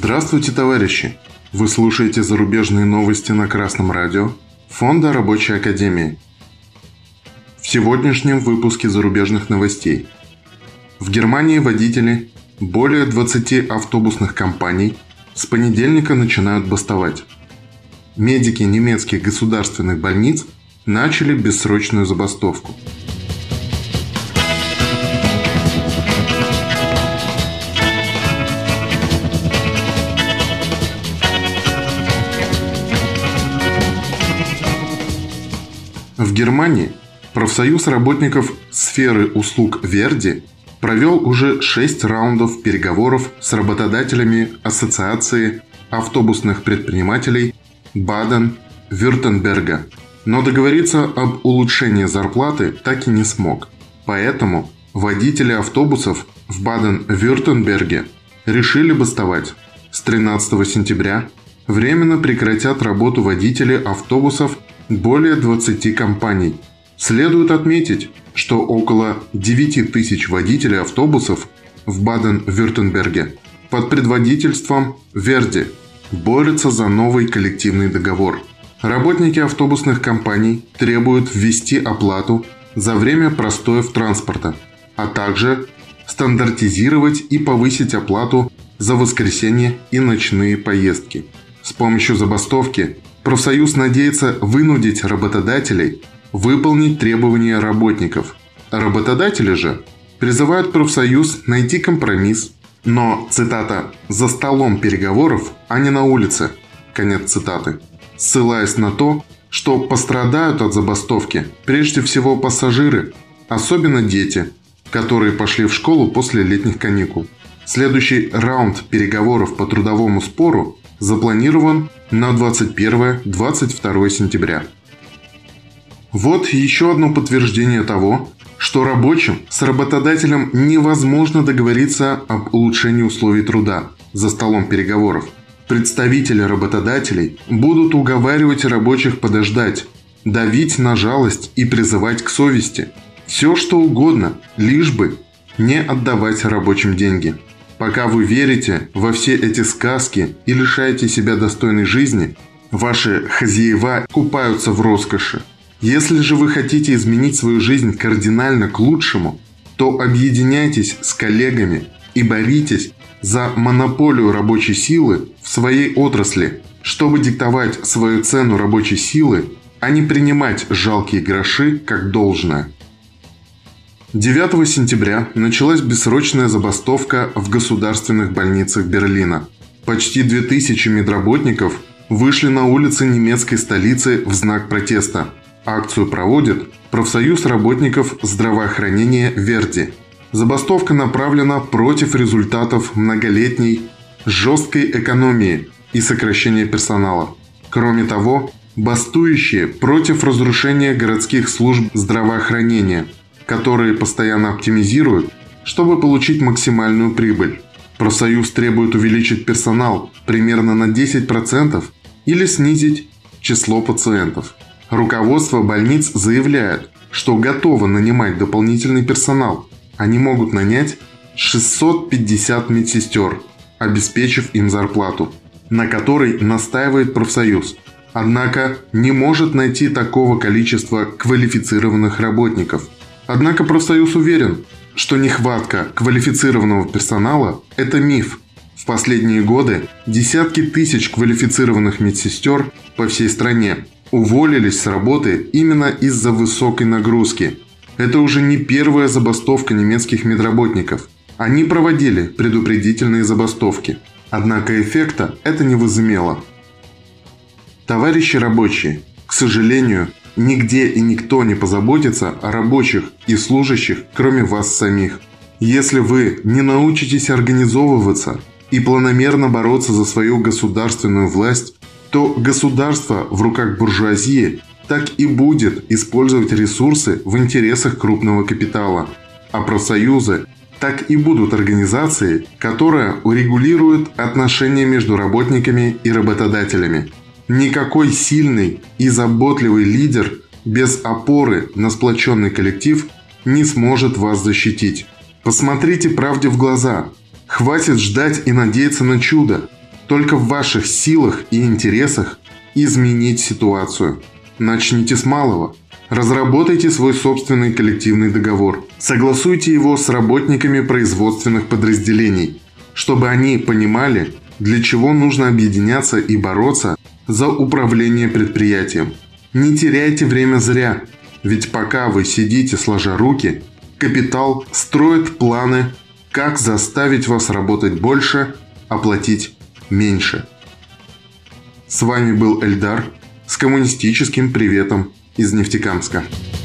Здравствуйте, товарищи! Вы слушаете зарубежные новости на Красном радио Фонда Рабочей Академии. В сегодняшнем выпуске зарубежных новостей. В Германии водители более 20 автобусных компаний с понедельника начинают бастовать. Медики немецких государственных больниц начали бессрочную забастовку. В Германии профсоюз работников сферы услуг Верди провел уже 6 раундов переговоров с работодателями Ассоциации автобусных предпринимателей Баден-Вюртемберга, но договориться об улучшении зарплаты так и не смог. Поэтому водители автобусов в Баден-Вюртемберге решили бастовать. С 13 сентября временно прекратят работу водители автобусов более 20 компаний. Следует отметить, что около 9 тысяч водителей автобусов в Баден-Вюртемберге под предводительством Верди борются за новый коллективный договор. Работники автобусных компаний требуют ввести оплату за время простоев транспорта, а также стандартизировать и повысить оплату за воскресенье и ночные поездки. С помощью забастовки профсоюз надеется вынудить работодателей выполнить требования работников. Работодатели же призывают профсоюз найти компромисс, но, цитата, «за столом переговоров, а не на улице», конец цитаты, ссылаясь на то, что пострадают от забастовки прежде всего пассажиры, особенно дети, которые пошли в школу после летних каникул. Следующий раунд переговоров по трудовому спору запланирован на 21-22 сентября. Вот еще одно подтверждение того, что рабочим с работодателем невозможно договориться об улучшении условий труда за столом переговоров. Представители работодателей будут уговаривать рабочих подождать, давить на жалость и призывать к совести. Все что угодно, лишь бы не отдавать рабочим деньги. Пока вы верите во все эти сказки и лишаете себя достойной жизни, ваши хозяева купаются в роскоши. Если же вы хотите изменить свою жизнь кардинально к лучшему, то объединяйтесь с коллегами и боритесь за монополию рабочей силы в своей отрасли, чтобы диктовать свою цену рабочей силы, а не принимать жалкие гроши как должное. 9 сентября началась бессрочная забастовка в государственных больницах Берлина. Почти 2000 медработников вышли на улицы немецкой столицы в знак протеста. Акцию проводит профсоюз работников здравоохранения Верди. Забастовка направлена против результатов многолетней жесткой экономии и сокращения персонала. Кроме того, бастующие против разрушения городских служб здравоохранения, которые постоянно оптимизируют, чтобы получить максимальную прибыль. Профсоюз требует увеличить персонал примерно на 10% или снизить число пациентов. Руководство больниц заявляет, что готово нанимать дополнительный персонал. Они могут нанять 650 медсестер, обеспечив им зарплату, на которой настаивает профсоюз. Однако не может найти такого количества квалифицированных работников. Однако профсоюз уверен, что нехватка квалифицированного персонала – это миф. В последние годы десятки тысяч квалифицированных медсестер по всей стране уволились с работы именно из-за высокой нагрузки. Это уже не первая забастовка немецких медработников. Они проводили предупредительные забастовки. Однако эффекта это не возымело. Товарищи рабочие, к сожалению, нигде и никто не позаботится о рабочих и служащих, кроме вас самих. Если вы не научитесь организовываться и планомерно бороться за свою государственную власть, то государство в руках буржуазии так и будет использовать ресурсы в интересах крупного капитала, а профсоюзы так и будут организацией, которая урегулирует отношения между работниками и работодателями. Никакой сильный и заботливый лидер без опоры на сплоченный коллектив не сможет вас защитить. Посмотрите правде в глаза. Хватит ждать и надеяться на чудо. Только в ваших силах и интересах изменить ситуацию. Начните с малого. Разработайте свой собственный коллективный договор. Согласуйте его с работниками производственных подразделений, чтобы они понимали, для чего нужно объединяться и бороться за управление предприятием. Не теряйте время зря, ведь пока вы сидите сложа руки, капитал строит планы, как заставить вас работать больше, а платить меньше. С вами был Эльдар с коммунистическим приветом из Нефтекамска.